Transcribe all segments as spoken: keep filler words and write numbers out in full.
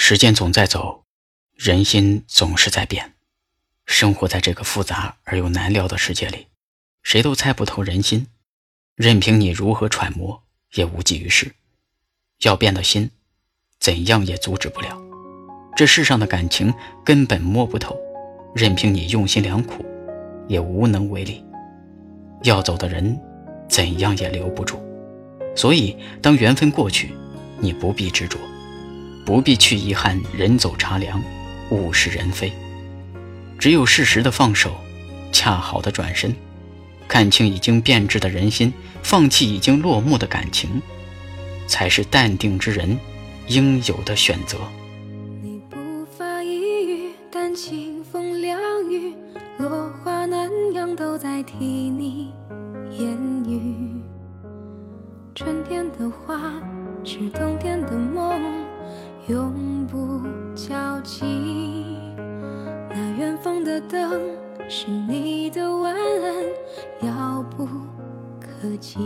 时间总在走，人心总是在变。生活在这个复杂而又难料的世界里，谁都猜不透人心，任凭你如何揣摩，也无济于事。要变的心，怎样也阻止不了。这世上的感情根本摸不透，任凭你用心良苦，也无能为力。要走的人，怎样也留不住。所以，当缘分过去，你不必执着，不必去遗憾人走茶凉，物是人非。只有适时的放手，恰好的转身，看清已经变质的人心，放弃已经落幕的感情，才是淡定之人应有的选择。 你不发一语，但清风凉雨，落花南阳都在替你言语。春天的花，是冬天的梦，永不交集。那远方的灯，是你的晚安，遥不可及。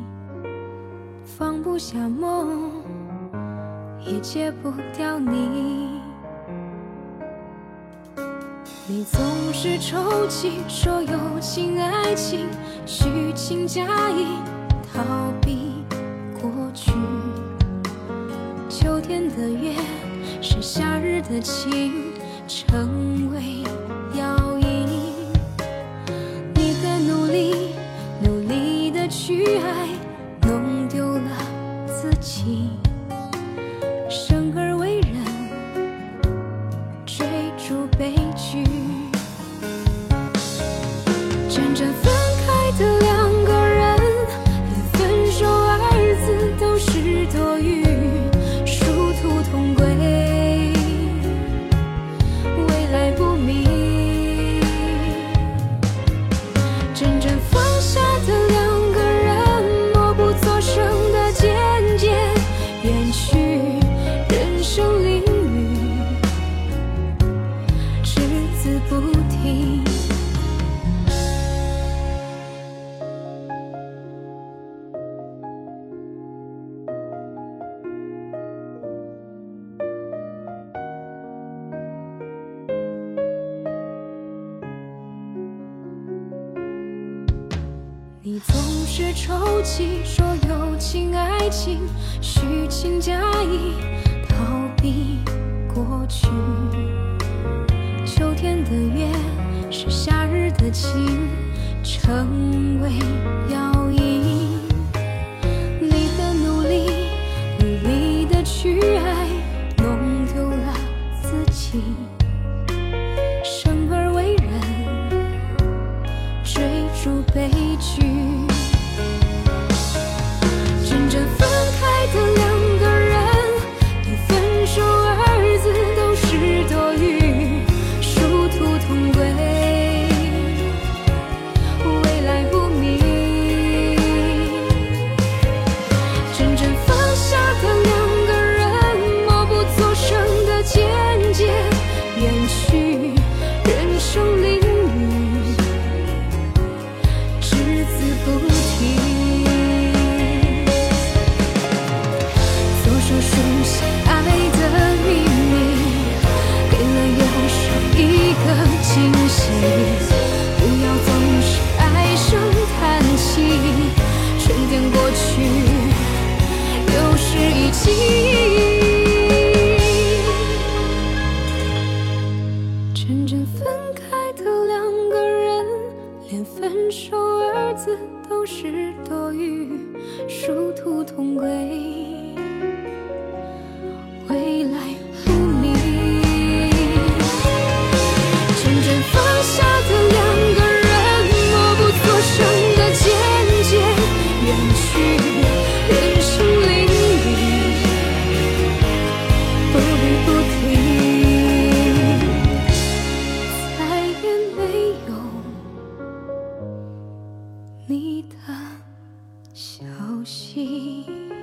放不下梦，也戒不掉你。你总是抽泣，说友情爱情虚情假意，逃避过去。秋天的月，是夏日的情，成为摇影。你的努力，努力的去爱，弄丢了自己。生而为人，追逐悲剧。真正分开的两个人，连分手二字都是多余。殊途同归，未来不明。真正放下的两个人，默不作声的渐渐远去。人生淋雨，只字不提。你总是抽泣，说友情爱情虚情假意，逃避过去。秋天的月，是夏日的情，成为摇影。你的努力，努力的去爱，弄丢了自己。生而为人，追逐悲剧。真正分开的两个人，连分手二字都是多余。殊途同归，未来不明。真正放下的两个人，默不作声的渐渐远去。人生淋雨，只字不提。左手书写爱的秘密，给了忧伤一个惊喜。不要总是唉声叹气，春天过去，又是一季。真正分开的两个人，连分手二字都是多余。殊途同归，未来不明。真正放下的两个人，默不作声的渐渐远去。人生淋雨，不离不停，再也没有你的消息。